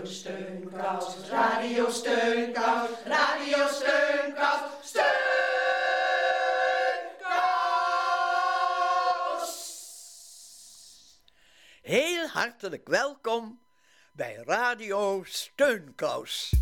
Steunkous, Radio Steunkous, Radio Steunkous, Steunkous. Heel hartelijk welkom bij Radio Steunkous.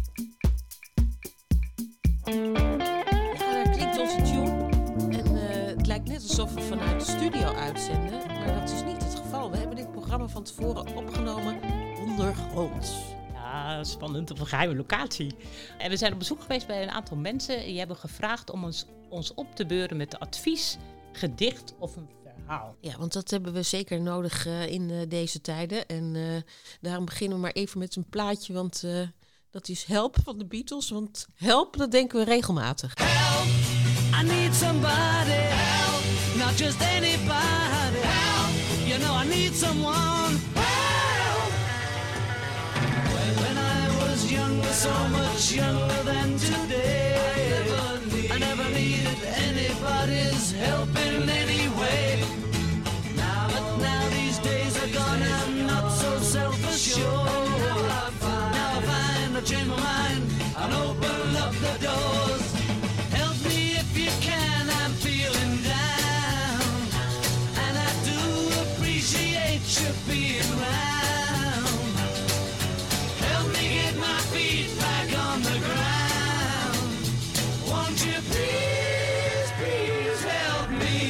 Ja, daar klinkt onze tune. En het lijkt net alsof we vanuit de studio uitzenden. Maar dat is niet het geval. We hebben dit programma van tevoren opgenomen ondergronds. Ja, spannend, op een geheime locatie. En we zijn op bezoek geweest bij een aantal mensen. Die hebben gevraagd om ons op te beuren met advies, gedicht of een verhaal. Ja, want dat hebben we zeker nodig in deze tijden. En daarom beginnen we maar even met een plaatje. Want dat is Help van de Beatles. Want help, dat denken we regelmatig. Help, I need somebody. Help, not just anybody. Help, you know I need someone. Help. When I was younger, so much younger than today, I never needed anybody's help in any way. But now these days are gone, I'm not so self-assured. Now I find I change my mind and open up the doors. Help me if you can, I'm feeling down, and I do appreciate you being round. Help me get my feet back on the ground. Won't you please, please help me?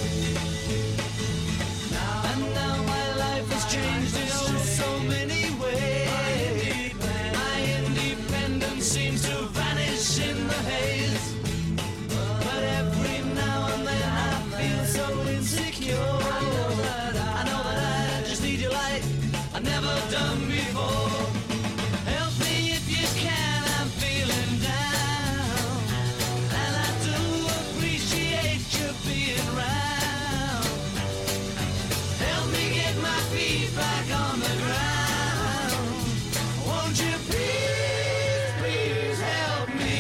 And now my life has changed in oh so many ways. My independence seems to vanish in the haze. But every now and then I feel so insecure. I know that I just need your light, I've never done before. Help me if you can, I'm feeling down, and I do appreciate you being round. Help me get my feet back on the ground. Won't you please, please help me?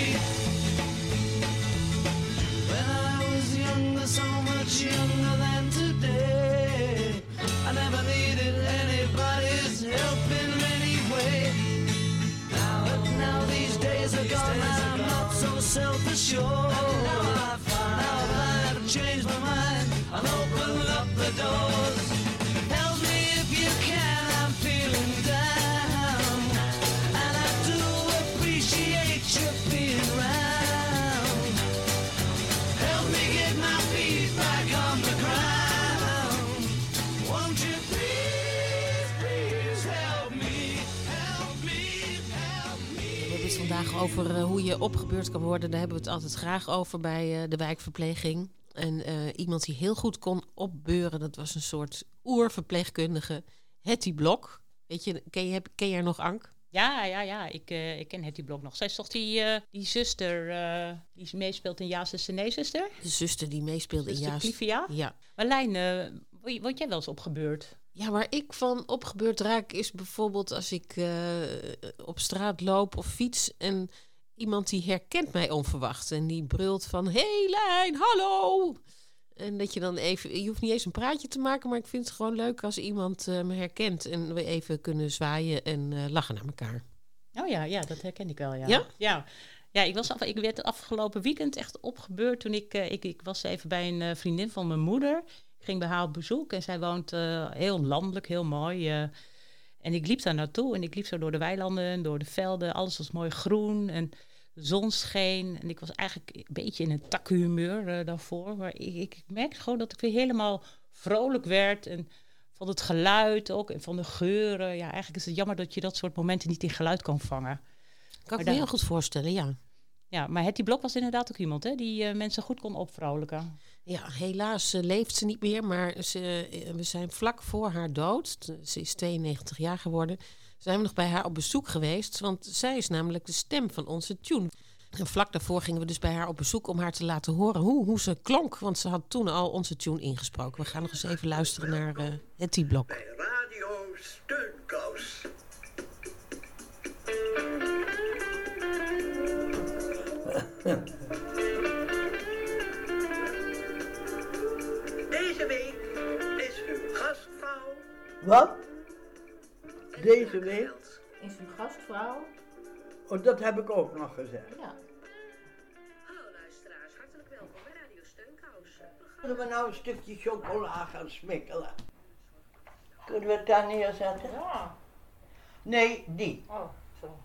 When I was younger, so much younger than today, I never needed anybody's help in any way. But now these days are gone, I'm not so self-assured. Now I've changed my mind, I'll open up the doors. Help me if you can, I'm feeling down, and I do appreciate you being round. Help me get my feet back on the ground. Won't you please, please help me, help me, help me. We hebben het vandaag over hoe je opgebeurd kan worden. Daar hebben we het altijd graag over bij de wijkverpleging. En iemand die heel goed kon opbeuren, dat was een soort oerverpleegkundige, Hetty Blok. Weet je, ken je haar nog, Ank? Ja. Ik ken Hetty Blok nog. Zij is toch die zuster die meespeelt in Ja, zuster, nee, zuster? De zuster die meespeelde in Zuster Jaas. Clivia? Ja. Marlijn, word jij wel eens opgebeurd? Ja, waar ik van opgebeurd raak is bijvoorbeeld als ik op straat loop of fiets en iemand die herkent mij onverwacht en die brult van hey Lijn, hallo! En dat je dan even, je hoeft niet eens een praatje te maken, maar ik vind het gewoon leuk als iemand me herkent en we even kunnen zwaaien en lachen naar elkaar. Oh ja, dat herken ik wel, ja. Ja? Ja, ik werd het afgelopen weekend echt opgebeurd toen ik was even bij een vriendin van mijn moeder. Ik ging bij haar op bezoek en zij woont heel landelijk, heel mooi. En ik liep daar naartoe en ik liep zo door de weilanden, door de velden. Alles was mooi groen en de zon scheen. En ik was eigenlijk een beetje in een takkenhumeur daarvoor. Maar ik merkte gewoon dat ik weer helemaal vrolijk werd. En van het geluid ook en van de geuren. Ja, eigenlijk is het jammer dat je dat soort momenten niet in geluid kan vangen. Kan ik me heel goed voorstellen, ja. Ja, maar Hetty Blok was inderdaad ook iemand die mensen goed kon opvrolijken. Ja, helaas leeft ze niet meer, maar we zijn vlak voor haar dood. Ze is 92 jaar geworden. Zijn we nog bij haar op bezoek geweest, want zij is namelijk de stem van onze tune. En vlak daarvoor gingen we dus bij haar op bezoek om haar te laten horen hoe ze klonk. Want ze had toen al onze tune ingesproken. We gaan nog eens even luisteren naar Hetty Blok. Bij Radio Steunkous. Deze week is uw gastvrouw. Wat? Deze week? is uw gastvrouw. Oh, dat heb ik ook nog gezegd. Ja. Hallo luisteraars, hartelijk welkom bij Radio Steunkous. Kunnen we nou een stukje chocola gaan smikkelen? Kunnen we het daar neerzetten? Ja. Nee, die. Oh, zo.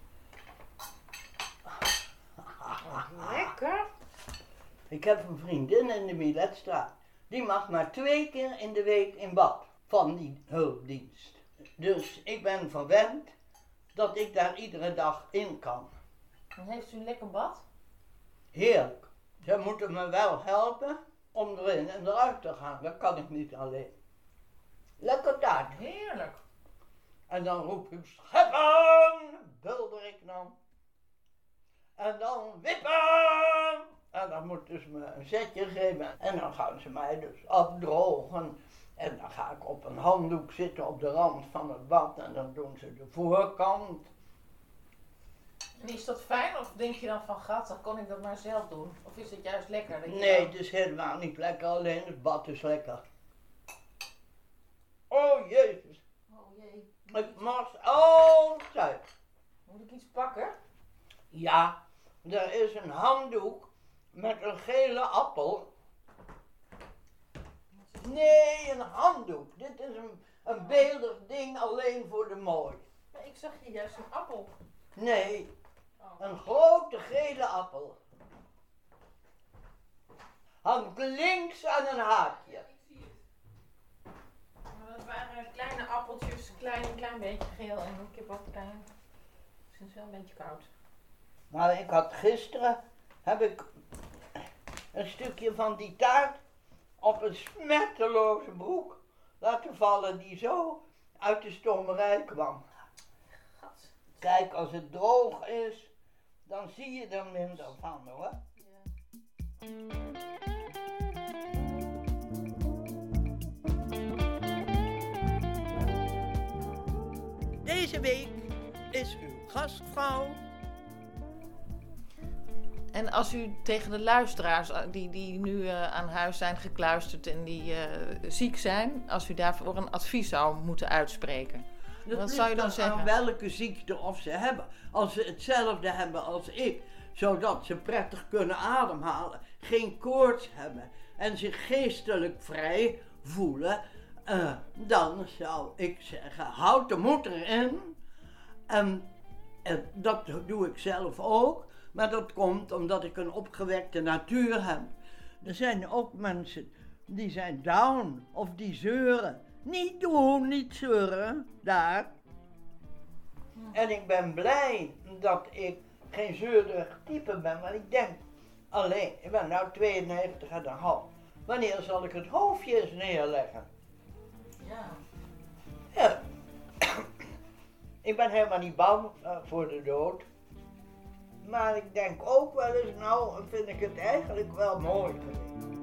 Lekker. Ik heb een vriendin in de Miletstraat. Die mag maar 2 keer in de week in bad van die hulpdienst. Dus ik ben verwend dat ik daar iedere dag in kan. Dan heeft u een lekker bad? Heerlijk. Ze moeten me wel helpen om erin en eruit te gaan. Dat kan ik niet alleen. Lekker taart. Heerlijk. En dan roep ik scheppen, bulder ik dan. En dan wippen. En dan moeten ze me een zetje geven. En dan gaan ze mij dus afdrogen. En dan ga ik op een handdoek zitten op de rand van het bad. En dan doen ze de voorkant. En is dat fijn of denk je dan van, gat, dan kan ik dat maar zelf doen? Of is het juist lekker? Dat je Nee, dan- het is helemaal niet lekker. Alleen het bad is lekker. Oh jezus. Oh jee. Ik mors altijd. Moet ik iets pakken? Ja, er is een handdoek met een gele appel. Nee, een handdoek. Dit is een beeldig ding alleen voor de mooi. Maar ik zag hier juist een appel. Nee, Oh. een grote gele appel. Hangt links aan een haakje. Ik zie het. Maar dat waren kleine appeltjes, een klein beetje geel en ik heb ook klein. Het is wel een beetje koud. Maar ik had gisteren, heb ik een stukje van die taart op een smetteloze broek laten vallen die zo uit de stomerij kwam. Gat. Kijk, als het droog is, dan zie je er minder van hoor. Deze week is uw gastvrouw. En als u tegen de luisteraars die nu aan huis zijn gekluisterd en die ziek zijn, als u daarvoor een advies zou moeten uitspreken. Wat zou je dan zeggen? Aan welke ziekte of ze hebben. Als ze hetzelfde hebben als ik, zodat ze prettig kunnen ademhalen, geen koorts hebben en zich geestelijk vrij voelen, dan zou ik zeggen, houd de moed erin. En dat doe ik zelf ook, maar dat komt omdat ik een opgewekte natuur heb. Er zijn ook mensen die zijn down of die zeuren. Niet doen, niet zeuren, daar. En ik ben blij dat ik geen zeurig type ben, maar ik denk alleen, ik ben nou 92,5. Wanneer zal ik het hoofdje eens neerleggen? Ja. Ja. Ik ben helemaal niet bang voor de dood. Maar ik denk ook wel eens, nou vind ik het eigenlijk wel mooi geweest.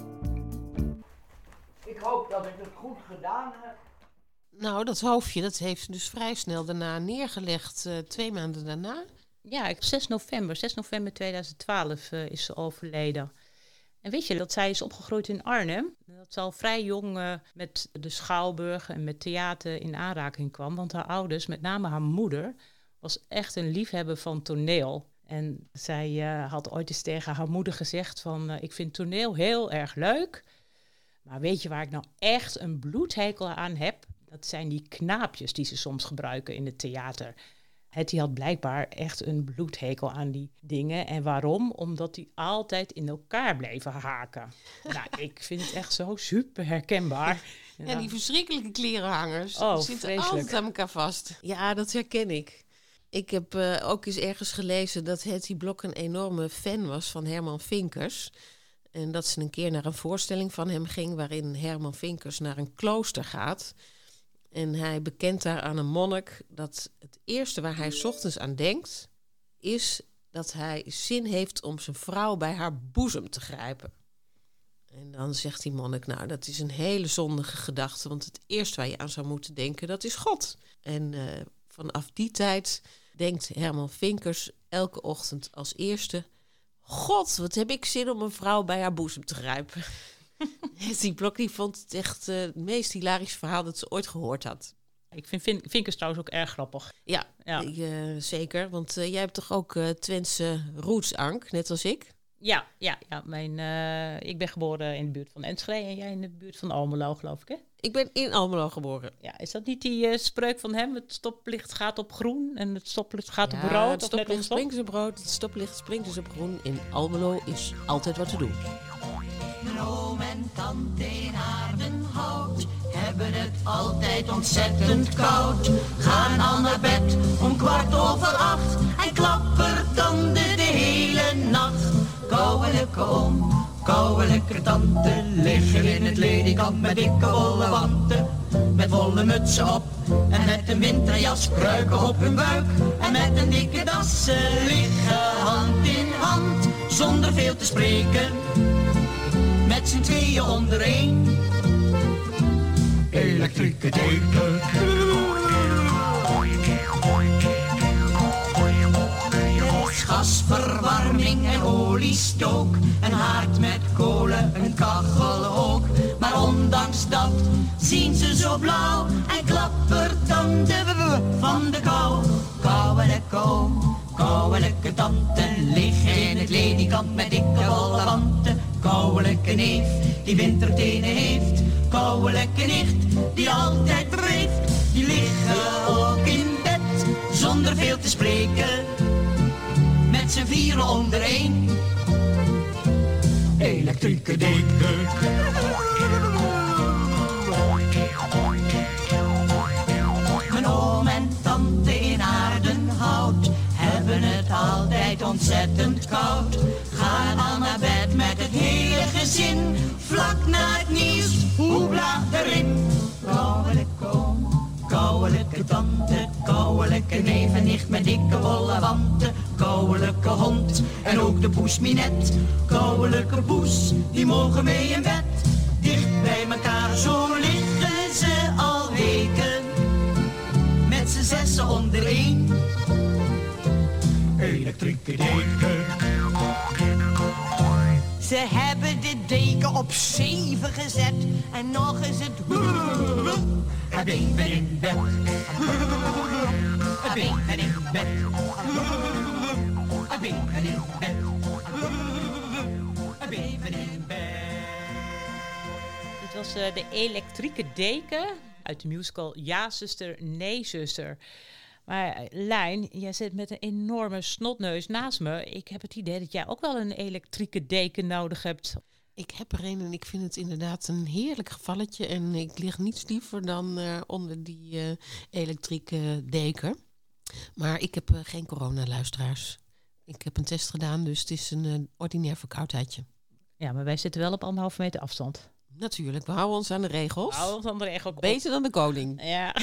Ik hoop dat ik het goed gedaan heb. Nou, dat hoofdje, dat heeft ze dus vrij snel daarna neergelegd, 2 maanden daarna. Ja, 6 november 2012 is ze overleden. En weet je dat zij is opgegroeid in Arnhem? Dat ze al vrij jong met de Schouwburg en met theater in aanraking kwam. Want haar ouders, met name haar moeder, was echt een liefhebber van toneel. En zij had ooit eens tegen haar moeder gezegd van, ik vind toneel heel erg leuk. Maar weet je waar ik nou echt een bloedhekel aan heb? Dat zijn die knaapjes die ze soms gebruiken in het theater. Die had blijkbaar echt een bloedhekel aan die dingen. En waarom? Omdat die altijd in elkaar bleven haken. Nou, ik vind het echt zo super herkenbaar. Ja, die verschrikkelijke klerenhangers. Oh, Die zitten vreselijk. altijd aan elkaar vast. Ja, dat herken ik. Ik heb ook eens ergens gelezen dat Hetty Blok een enorme fan was van Herman Vinkers. En dat ze een keer naar een voorstelling van hem ging waarin Herman Vinkers naar een klooster gaat. En hij bekent daar aan een monnik dat het eerste waar hij 's ochtends aan denkt is dat hij zin heeft om zijn vrouw bij haar boezem te grijpen. En dan zegt die monnik, nou, dat is een hele zondige gedachte, want het eerste waar je aan zou moeten denken, dat is God. En vanaf die tijd denkt Herman Vinkers elke ochtend als eerste, God, wat heb ik zin om een vrouw bij haar boezem te grijpen. Die Blok die vond het echt het meest hilarische verhaal dat ze ooit gehoord had. Ik vind Vinkers trouwens ook erg grappig. Ja, Ja. zeker. Want jij hebt toch ook Twentse roots, Ank, net als ik? Ja. Ik ben geboren in de buurt van Enschede en jij in de buurt van Almelo, geloof ik, hè? Ik ben in Almelo geboren. Ja, is dat niet die spreuk van hem? Het stoplicht gaat op groen en het stoplicht gaat op rood? Het stoplicht springt dus op rood, het stoplicht springt dus op groen. In Almelo is altijd wat te doen. Mijn oom en tante in Aardenhout hebben het altijd ontzettend koud. Gaan al naar bed om 7:15 en klappertanden de hele nacht. Kouwelijke oom, kouwelijke tante liggen in het ledikant met dikke wollen wanten. Met wollen mutsen op en met een winterjas, kruiken op hun buik. En met een dikke das ze liggen hand in hand, zonder veel te spreken. Met z'n tweeën onder één. Elektrieke deken. Er is gasverwarming en oliestook. Een haard met kolen, een kachel ook. Maar ondanks dat zien ze zo blauw. En klappertanden van de kou. Kouwelijke oom, kouwelijke tante liggen in het ledikant met dikke wollen wanten. Kouwelijke neef die wintertenen heeft. Kouwelijke nicht die altijd breeft. Die liggen ook in bed zonder veel te spreken. Met z'n vieren onder één. Elektrieke deken. Mijn oom en tante in Aardenhout hebben het altijd ontzettend koud. Gaan al naar bed met het hele gezin. Vlak na het nieuws, hoepla erin. Kouwelijke oom, kouwelijke tante, kouwelijke neef en nicht met dikke wollen wanten. Kouwelijke hond en ook de poes Minet. Kouwelijke poes, die mogen mee in bed. Dicht bij elkaar, zo liggen ze al weken. Met z'n zessen onder één. Elektrieke deken. Ze hebben de deken op 7 gezet. En nog is het... Het even in bed. Het even in bed. Het even in bed. Het even in bed. Dit was de elektrieke deken uit de musical Ja, zuster, nee, zuster. Maar Lijn, jij zit met een enorme snotneus naast me. Ik heb het idee dat jij ook wel een elektrieke deken nodig hebt. Ik heb er een en ik vind het inderdaad een heerlijk gevalletje. En ik lig niets liever dan onder die elektrieke deken. Maar ik heb geen coronaluisteraars. Ik heb een test gedaan, dus het is een ordinair verkoudheidje. Ja, maar wij zitten wel op 1,5 meter afstand. Natuurlijk, we houden ons aan de regels. We houden ons aan de regels. Beter dan de koning. Ja.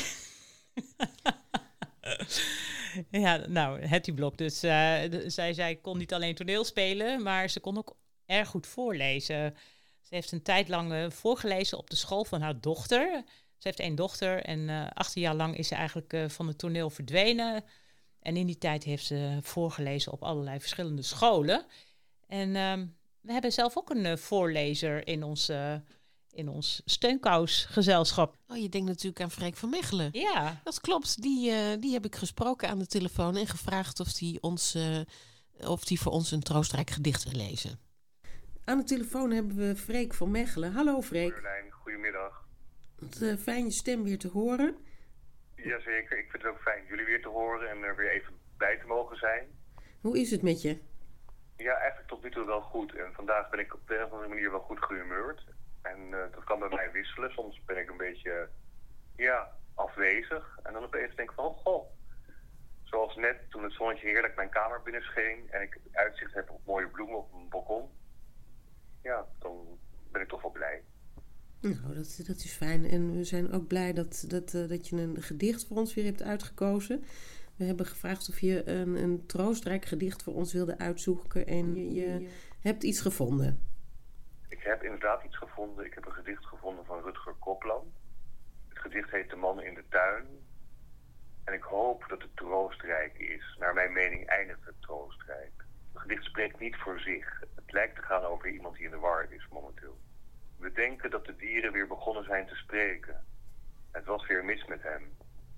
Ja, nou, Hetty Blok. Dus zij kon niet alleen toneel spelen, maar ze kon ook erg goed voorlezen. Ze heeft een tijd lang voorgelezen op de school van haar dochter. Ze heeft 1 dochter en 18 jaar lang is ze eigenlijk van het toneel verdwenen. En in die tijd heeft ze voorgelezen op allerlei verschillende scholen. En we hebben zelf ook een voorlezer in ons steunkousgezelschap. Oh, je denkt natuurlijk aan Freek van Mechelen. Ja. Dat klopt, die heb ik gesproken aan de telefoon en gevraagd of die voor ons een troostrijk gedicht wil lezen. Aan de telefoon hebben we Freek van Mechelen. Hallo Freek. Marjolein, goedemiddag. Wat fijn je stem weer te horen. Jazeker, ik vind het ook fijn jullie weer te horen en er weer even bij te mogen zijn. Hoe is het met je? Ja, eigenlijk tot nu toe wel goed. En vandaag ben ik op de een of andere manier wel goed gehumeurd. En dat kan bij mij wisselen. Soms ben ik een beetje, afwezig. En dan opeens denk ik van, goh. Zoals net toen het zonnetje heerlijk mijn kamer binnenscheen en ik uitzicht heb op mooie bloemen op een balkon. Ja, dan ben ik toch wel blij. Nou, dat is fijn. En we zijn ook blij dat je een gedicht voor ons weer hebt uitgekozen. We hebben gevraagd of je een troostrijk gedicht voor ons wilde uitzoeken. En je hebt iets gevonden. Ik heb inderdaad iets gevonden. Ik heb een gedicht gevonden van Rutger Kopland. Het gedicht heet De Man in de Tuin. En ik hoop dat het troostrijk is. Naar mijn mening eindigt het troostrijk. Het gedicht spreekt niet voor zich. Het lijkt te gaan over iemand die in de war is momenteel. We denken dat de dieren weer begonnen zijn te spreken. Het was weer mis met hem.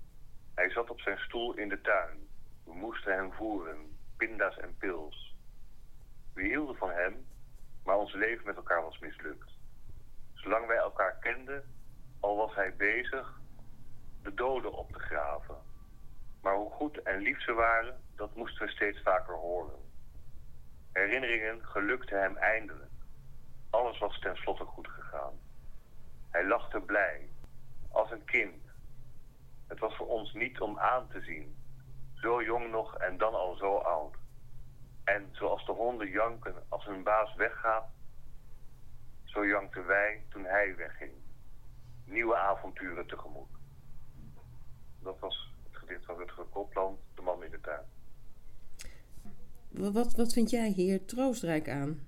Hij zat op zijn stoel in de tuin. We moesten hem voeren, pinda's en pils. We hielden van hem, maar ons leven met elkaar was mislukt. Zolang wij elkaar kenden, al was hij bezig de doden op te graven. Maar hoe goed en lief ze waren, dat moesten we steeds vaker horen. Herinneringen gelukten hem eindelijk. Alles was tenslotte goed gegaan. Hij lachte blij, als een kind. Het was voor ons niet om aan te zien. Zo jong nog en dan al zo oud. En zoals de honden janken als hun baas weggaat, zo jankten wij toen hij wegging. Nieuwe avonturen tegemoet. Dat was het gedicht van Rutger Kopland, De man in de tuin. Wat vind jij hier troostrijk aan?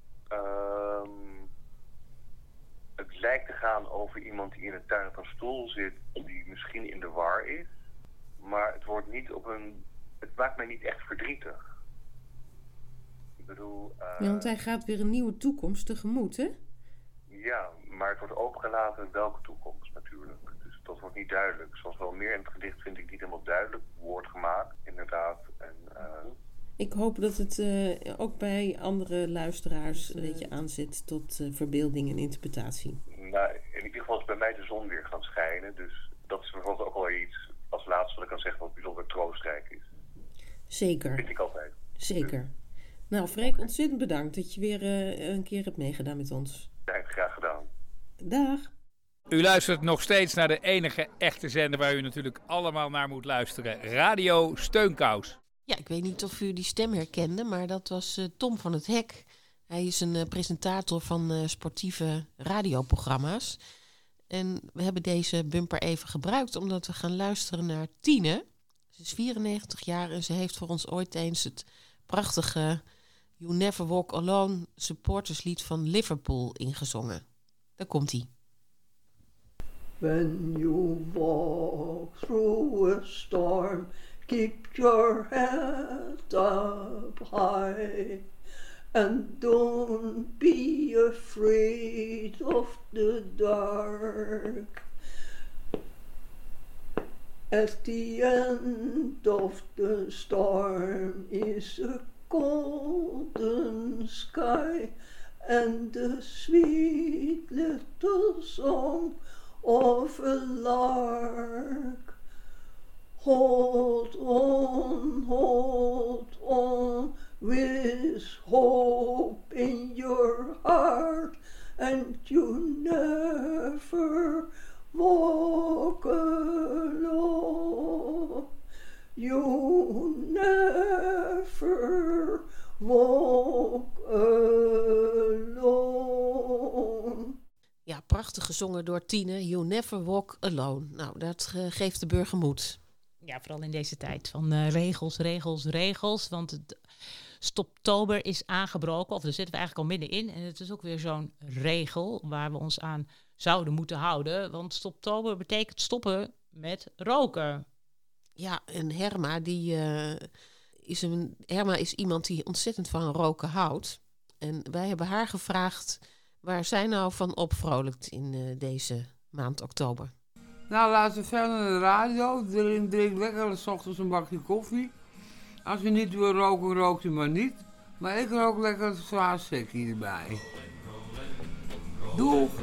Het lijkt te gaan over iemand die in de tuin op een stoel zit, die misschien in de war is. Maar het wordt niet het maakt mij niet echt verdrietig. Ik bedoel... Ja, want hij gaat weer een nieuwe toekomst tegemoet, hè? Ja, maar het wordt opengelaten welke toekomst natuurlijk. Dus dat wordt niet duidelijk. Zoals wel meer in het gedicht vind ik niet helemaal duidelijk wordt gemaakt, inderdaad. En, ik hoop dat het ook bij andere luisteraars een beetje aanzet tot verbeelding en interpretatie. Nou, in ieder geval is bij mij de zon weer gaan schijnen. Dus dat is bijvoorbeeld ook wel iets als laatste wat ik kan zeggen wat bijzonder troostrijk is. Zeker. Dat vind ik altijd. Zeker. Nou, Freek, ontzettend bedankt dat je weer een keer hebt meegedaan met ons. Ja, graag gedaan. Dag. U luistert nog steeds naar de enige echte zender waar u natuurlijk allemaal naar moet luisteren. Radio Steunkous. Ja, ik weet niet of u die stem herkende, maar dat was Tom van het Hek. Hij is een presentator van sportieve radioprogramma's. En we hebben deze bumper even gebruikt omdat we gaan luisteren naar Tine. Ze is 94 jaar en ze heeft voor ons ooit eens het prachtige You Never Walk Alone supporterslied van Liverpool ingezongen. Daar komt-ie. When you walk through a storm, keep your head up high and don't be afraid of the dark. At the end of the storm is a golden sky and the sweet little song of a lark. Hold on, with hope in your heart, and you never walk alone. You never walk alone. Ja, prachtig gezongen door Tine. You Never Walk Alone. Nou, dat geeft de burger moed. Ja, vooral in deze tijd van regels. Want het Stoptober is aangebroken. Of daar zitten we eigenlijk al middenin. En het is ook weer zo'n regel waar we ons aan zouden moeten houden. Want Stoptober betekent stoppen met roken. Ja, en Herma, Herma is iemand die ontzettend van roken houdt. En wij hebben haar gevraagd waar zij nou van opvrolijkt in deze maand oktober. Nou, laten we verder naar de radio. Drink lekker 's ochtends een bakje koffie. Als u niet wil roken, rookt u maar niet. Maar ik rook lekker een zwaar sekkie erbij. Doeg!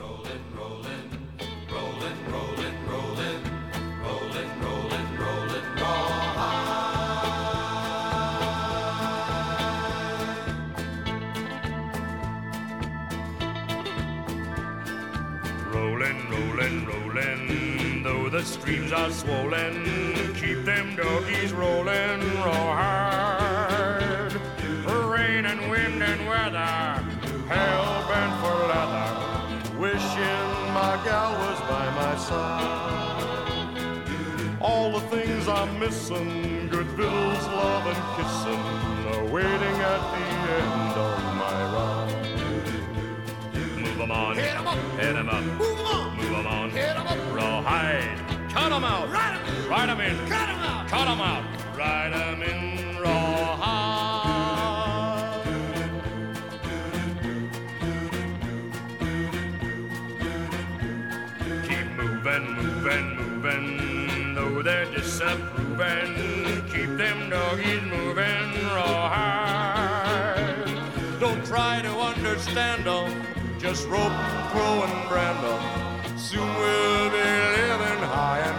Rolling, though the streams are swollen, keep them doggies rolling real hard. Rain and wind and weather, hell bent for leather, wishing my gal was by my side. All the things I'm missing, good victuals, love and kissing, are waiting at the end of my ride. Move 'em on, hit 'em up, hit 'em up, move 'em on, move 'em on, hit 'em up, rawhide, cut 'em out, ride 'em in, cut 'em out, cut 'em out, ride 'em in, rawhide. Keep moving, moving, moving, though they're disappearing. he's moving real hard. Don't try to understand him, just rope, crow, and brand him. Soon we'll be living high and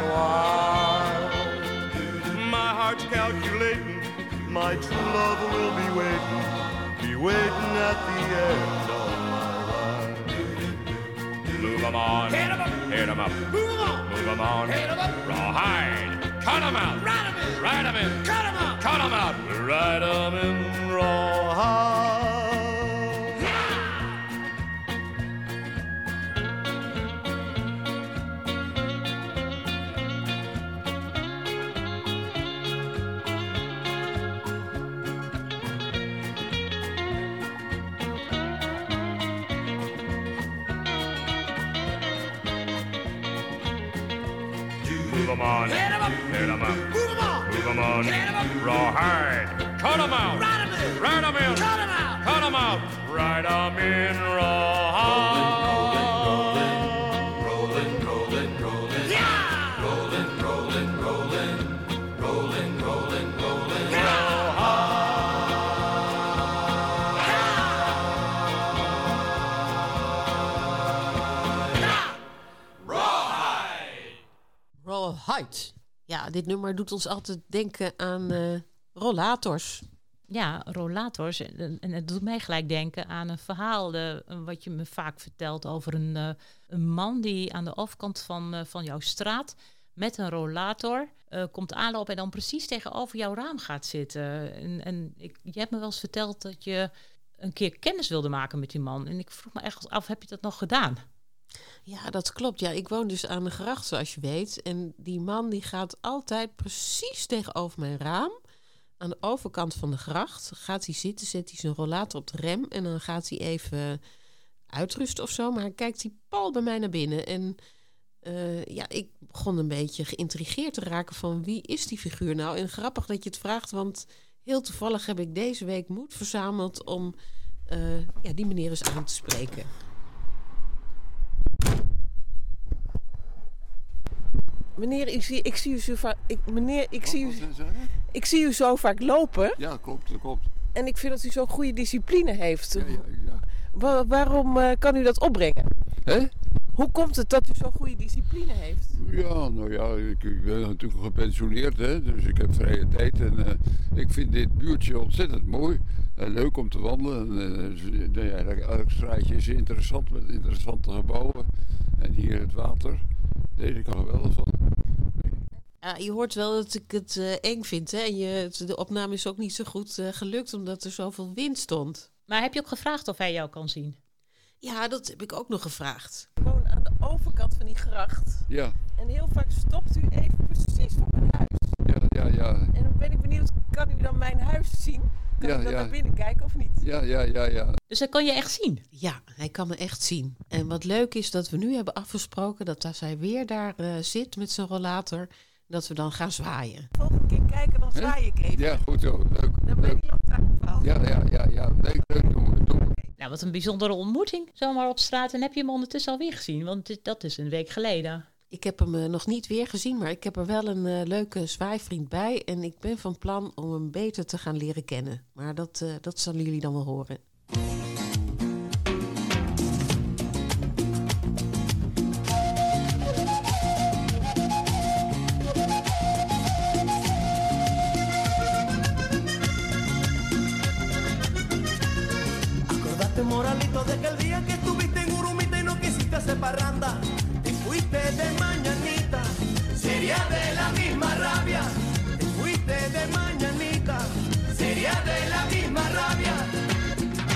wild. My heart's calculating, my true love will be waiting at the end of my ride. Move 'em on, hit 'em up, hit 'em up, move 'em on, hit 'em up, rawhide, cut 'em out, ride 'em in, ride 'em in, cut 'em out, cut 'em out, ride 'em in rawhide. Move 'em on, hit 'em up, hit 'em up, move 'em on, move 'em on, hit 'em up, rawhide, cut 'em out, ride 'em in, ride 'em in, cut 'em out, cut 'em out, ride 'em in rawhide. Rolling, rolling, rolling, yeah, rolling, rolling, rolling, rolling, rolling, rolling, Rawhide. Ja, dit nummer doet ons altijd denken aan rollators. Ja, rollators. En het doet mij gelijk denken aan een verhaal wat je me vaak vertelt over een man die aan de overkant van jouw straat met een rollator komt aanlopen en dan precies tegenover jouw raam gaat zitten. Je hebt me wel eens verteld dat je een keer kennis wilde maken met die man. En ik vroeg me echt af, heb je dat nog gedaan? Ja, dat klopt. Ja, ik woon dus aan de gracht, zoals je weet. En die man die gaat altijd precies tegenover mijn raam. Aan de overkant van de gracht gaat hij zitten, zet hij zijn rollator op de rem en dan gaat hij even uitrusten of zo. Maar hij kijkt hij pal bij mij naar binnen. En ik begon een beetje geïntrigeerd te raken van wie is die figuur nou? En grappig dat je het vraagt, want heel toevallig heb ik deze week moed verzameld om die meneer eens aan te spreken. Meneer, ik zie u zo vaak. Ik zie u zo vaak lopen. Ja, klopt, dat klopt. En ik vind dat u zo'n goede discipline heeft. Ja. Waarom kan u dat opbrengen? Hè? Hoe komt het dat u zo'n goede discipline heeft? Ja, nou ja, ik ben natuurlijk gepensioneerd, hè, dus ik heb vrije tijd. En ik vind dit buurtje ontzettend mooi. Leuk om te wandelen. Elk straatje is interessant met interessante gebouwen. En hier het water. Deze kan er geweldig van. Ja, je hoort wel dat ik het eng vind. Hè? En de opname is ook niet zo goed gelukt omdat er zoveel wind stond. Maar heb je ook gevraagd of hij jou kan zien? Ja, dat heb ik ook nog gevraagd. Ik woon aan de overkant van die gracht. Ja. En heel vaak stopt u even precies voor mijn huis. Ja. En dan ben ik benieuwd, kan u dan mijn huis zien? Kan u dan naar binnen kijken of niet? Ja. Dus hij kan je echt zien? Ja, hij kan me echt zien. En wat leuk is dat we nu hebben afgesproken dat als hij weer daar zit met zijn rollator, dat we dan gaan zwaaien. Volgende keer kijken, dan zwaai ik even. Ja, goed zo. Leuk. Dan ben ik ook aangevallen. Ja. Leuk. Doen we. Nou, wat een bijzondere ontmoeting. Zomaar op straat. En heb je hem ondertussen alweer gezien? Want dat is een week geleden. Ik heb hem nog niet weer gezien, maar ik heb er wel een leuke zwaaivriend bij. En ik ben van plan om hem beter te gaan leren kennen. Maar dat zullen jullie dan wel horen. Moralito, de aquel día que estuviste en Urumita y no quisiste hacer parranda, te fuiste de mañanita, sería de la misma rabia, te fuiste de mañanita, sería de la misma rabia.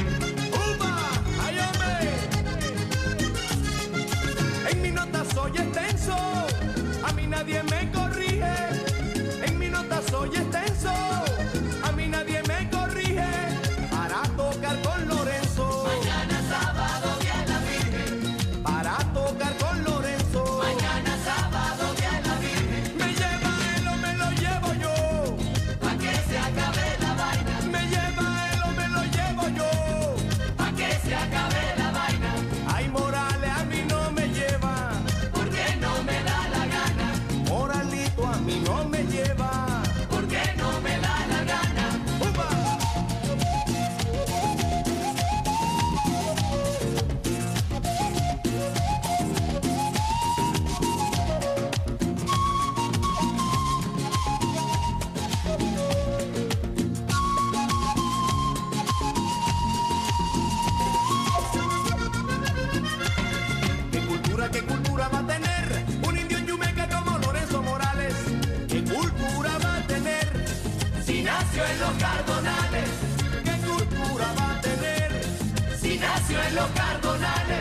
nació en los Cardonales, ¿qué cultura va a tener? Si nació en los Cardonales.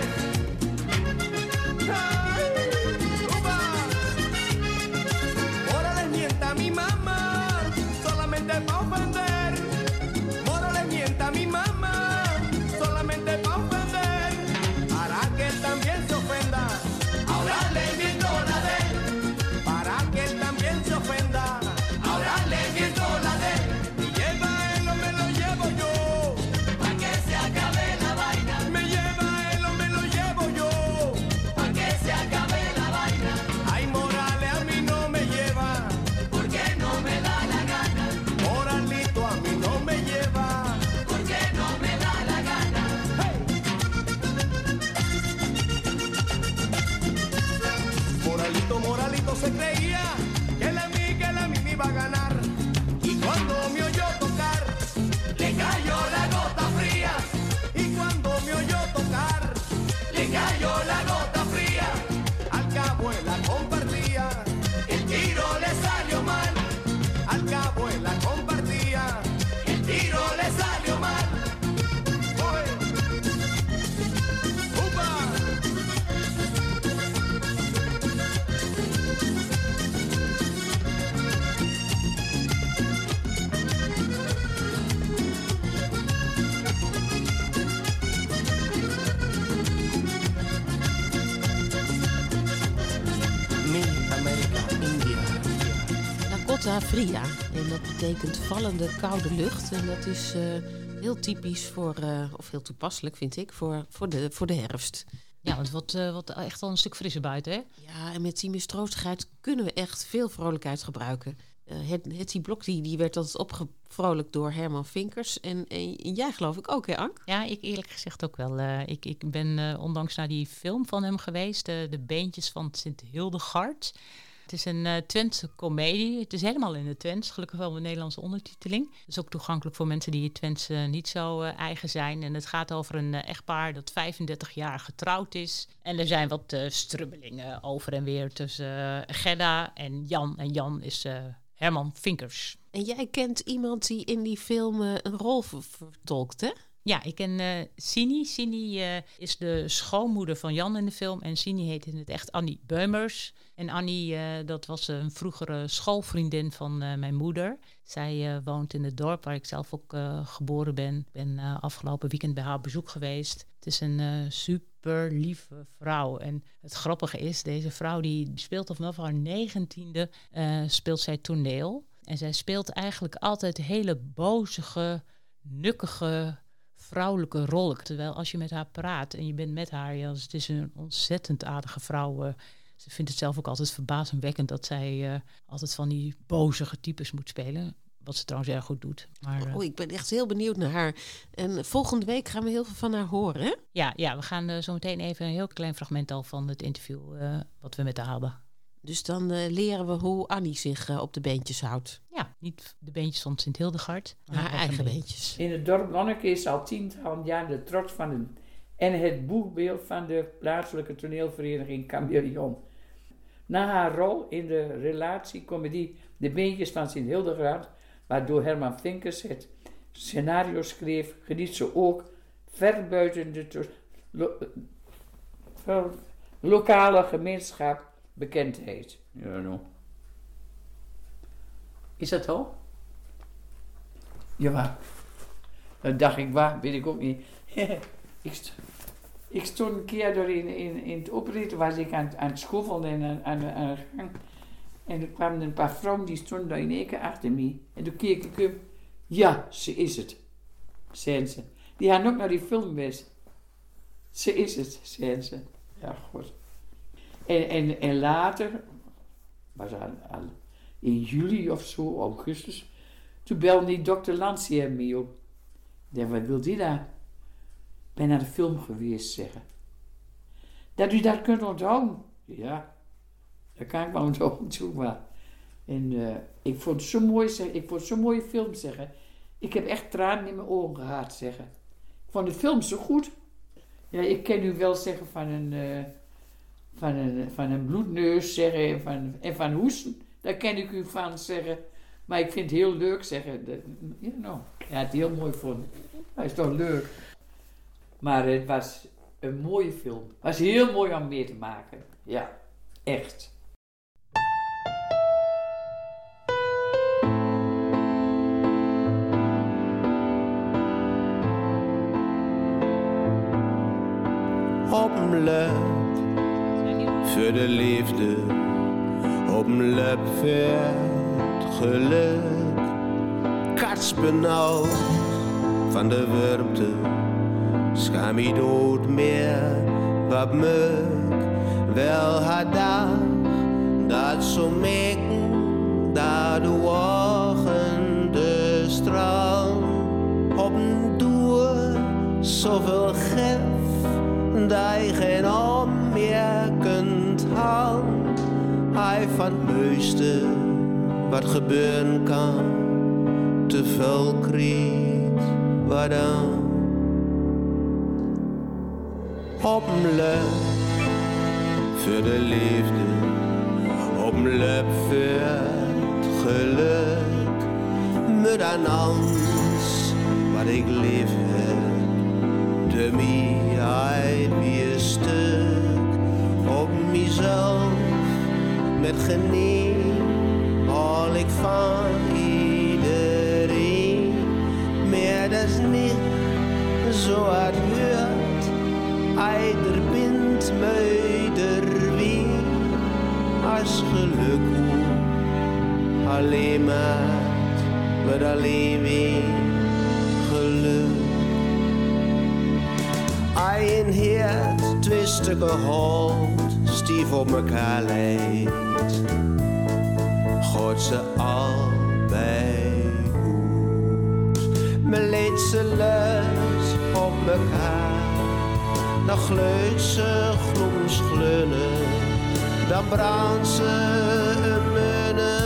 Ahora les mienta a mi mamá, solamente pa' ofender. Ahora les mienta a mi mamá, solamente pa' ofender. Para que él también se ofenda, ahora le miento la de él. Para que él también se ofenda, ahora le miento la de él. Me lleva él o me lo llevo yo, pa' que se acabe la vaina. Me lleva él o me lo llevo yo, pa' que se acabe la vaina. Ay, Morales a mí no me lleva, porque no me da la gana. Moralito a mí no me lleva, porque no me da la gana. Hey. Moralito se creía que la mí me iba a ganar. Y cuando me oyó tocar, le cayó la gota fría. Y cuando me oyó tocar, le cayó la gota fría. Al cabo él la compartía, el tiro le salió mal. Al cabo él la compartía, el tiro le salió mal. Oye. ¡Upa! Gota fria. En dat betekent vallende koude lucht. En dat is heel typisch voor, of heel toepasselijk vind ik, voor de herfst. Ja, want het wordt echt al een stuk frisser buiten, hè? Ja, en met die mistroostigheid kunnen we echt veel vrolijkheid gebruiken. Hetty Blok die werd altijd opgevrolijkt door Herman Vinkers. En jij geloof ik ook, hè Ank? Ja, ik eerlijk gezegd ook wel. Ik ben ondanks naar die film van hem geweest. De Beentjes van Sint Hildegard. Het is een Twentse komedie. Het is helemaal in het Twents. Gelukkig wel met Nederlandse ondertiteling. Het is ook toegankelijk voor mensen die het Twents niet zo eigen zijn. En het gaat over een echtpaar dat 35 jaar getrouwd is. En er zijn wat strubbelingen over en weer tussen Gerda en Jan. En Jan is Herman Vinkers. En jij kent iemand die in die film een rol vertolkt, hè? Ja, ik ken Sini. Sini is de schoonmoeder van Jan in de film. En Sini heet in het echt Annie Beumers. En Annie, dat was een vroegere schoolvriendin van mijn moeder. Zij woont in het dorp waar ik zelf ook geboren ben. Ik ben afgelopen weekend bij haar op bezoek geweest. Het is een super lieve vrouw. En het grappige is, deze vrouw die speelt vanaf haar 19e speelt zij toneel. En zij speelt eigenlijk altijd hele bozige, nukkige, vrouwelijke rol. Terwijl als je met haar praat en je bent met haar, ja, het is een ontzettend aardige vrouw. Ze vindt het zelf ook altijd verbazingwekkend dat zij altijd van die bozige types moet spelen. Wat ze trouwens erg goed doet. Maar, ik ben echt heel benieuwd naar haar. En volgende week gaan we heel veel van haar horen, hè? Ja, we gaan zo meteen even een heel klein fragment al van het interview wat we met haar hadden. Dus dan leren we hoe Annie zich op de beentjes houdt. Ja, niet de beentjes van Sint Hildegard. Maar haar eigen beentjes. In het dorp Lonneke is al tientallen jaar de trots van het boegbeeld van de plaatselijke toneelvereniging Chameleon. Na haar rol in de relatiecomedie De Beentjes van Sint Hildegard, waardoor Herman Vinkers het scenario schreef, geniet ze ook ver buiten de lokale gemeenschap bekendheid. Ja, no. Is dat zo? Ja, dat dacht ik, waar, weet ik ook niet. Ik stond een keer door in het opritten, was ik aan het schoffelen en aan de gang. En er kwamen een paar vrouwen, die stonden daar in één keer achter me. En toen keek ik op. Ja, ze is het, zeiden ze. Die hadden ook naar die film geweest. Ze is het, zeiden ze. Ja, goed. En later, was al in juli of zo, augustus, toen belde die dokter Lancier me op. Ik dacht, wat wil die daar? Ik ben naar de film geweest, zeggen. Dat u dat kunt onthouden? Ja, dat kan ik wel onthouden, toe maar. En ik vond het zo mooi, zeggen. Ik vond het zo'n mooie film, zeggen. Ik heb echt tranen in mijn ogen gehad, zeggen. Ik vond de film zo goed. Ja, ik ken u wel zeggen van een bloedneus, zeggen, en van hoesten. Daar ken ik u van, zeggen. Maar ik vind het heel leuk zeggen. Ja, het heel mooi vond. Hij is toch leuk. Maar het was een mooie film. Het was heel mooi om mee te maken. Ja, echt. Op een lep voor de liefde, op een lep voor het geluk. Katsbenauwd van de wurmte, schaam me dood meer, wat muk wel haar dag, dat zo meken, daar de ogen de strand. Op een doer zoveel gif, dat je geen om meer kunt houden. Hij van het mooiste wat gebeuren kan, te veel kreeg, wat dan? Op een lep voor de liefde, op een lep voor het geluk. Met aan alles wat ik lief heb, de mij weer stuk op mezelf met geniet al ik van iedereen. Maar dat is niet zo hard hoort, eider bindt mij er wie als geluk alleen maakt, wordt alleen weer geluk. Een heert, 2 stukken hout, stief op mekaar leidt. God ze allebei goed. Me leed ze lus op mekaar, dan gleut ze gloens glunnen, dan brandt ze een munnen.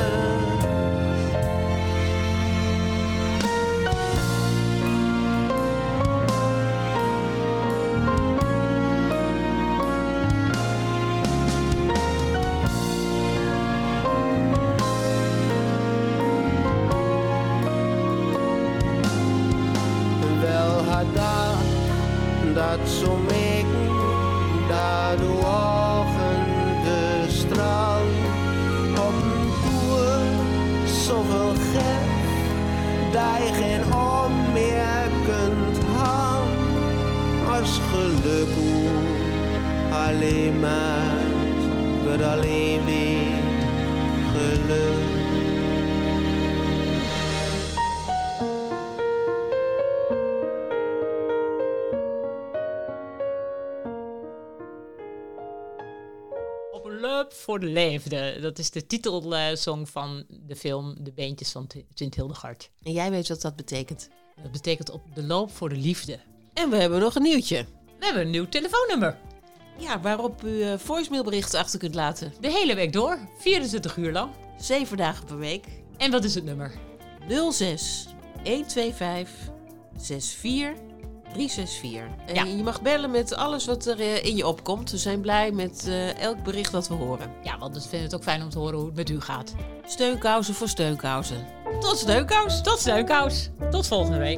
Dat zo meken, daar de ogen de strand. Op een boer zoveel gek, dat je geen om meer kunt houden. Als geluk alleen maakt, wordt alleen weer geluk. Voor de Liefde. Dat is de titelsong van de film De Beentjes van Sint Hildegard. En jij weet wat dat betekent? Dat betekent op de loop voor de liefde. En we hebben nog een nieuwtje. We hebben een nieuw telefoonnummer. Ja, waarop u voicemailberichten achter kunt laten. De hele week door, 24 uur lang. 7 dagen per week. En wat is het nummer? 06 125 64 364. En ja. Je mag bellen met alles wat er in je opkomt. We zijn blij met elk bericht dat we horen. Ja, want we vinden het ook fijn om te horen hoe het met u gaat. Steunkousen voor steunkousen. Tot steunkous. Tot steunkous. Tot volgende week.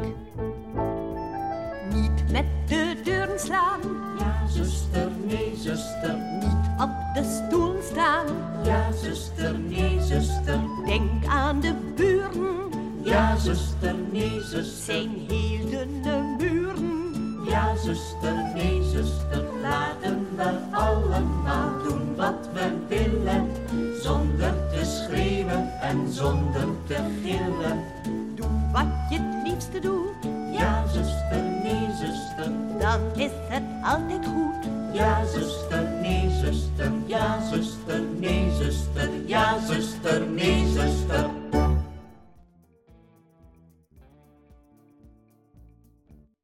Niet met de deuren slaan. Ja, zuster, nee, zuster. Niet op de stoel staan. Ja, zuster, nee, zuster. Denk aan de buren. Ja, zuster, nee, zuster. Zijn heel dunne muren. Ja, zuster, nee, zuster. Laten we allemaal doen wat we willen. Zonder te schreeuwen en zonder te gillen. Doe wat je het liefste doet. Ja, zuster, nee, zuster. Dan is het altijd goed. Ja, zuster, nee, zuster. Ja, zuster, nee, zuster. Ja, zuster, nee, zuster.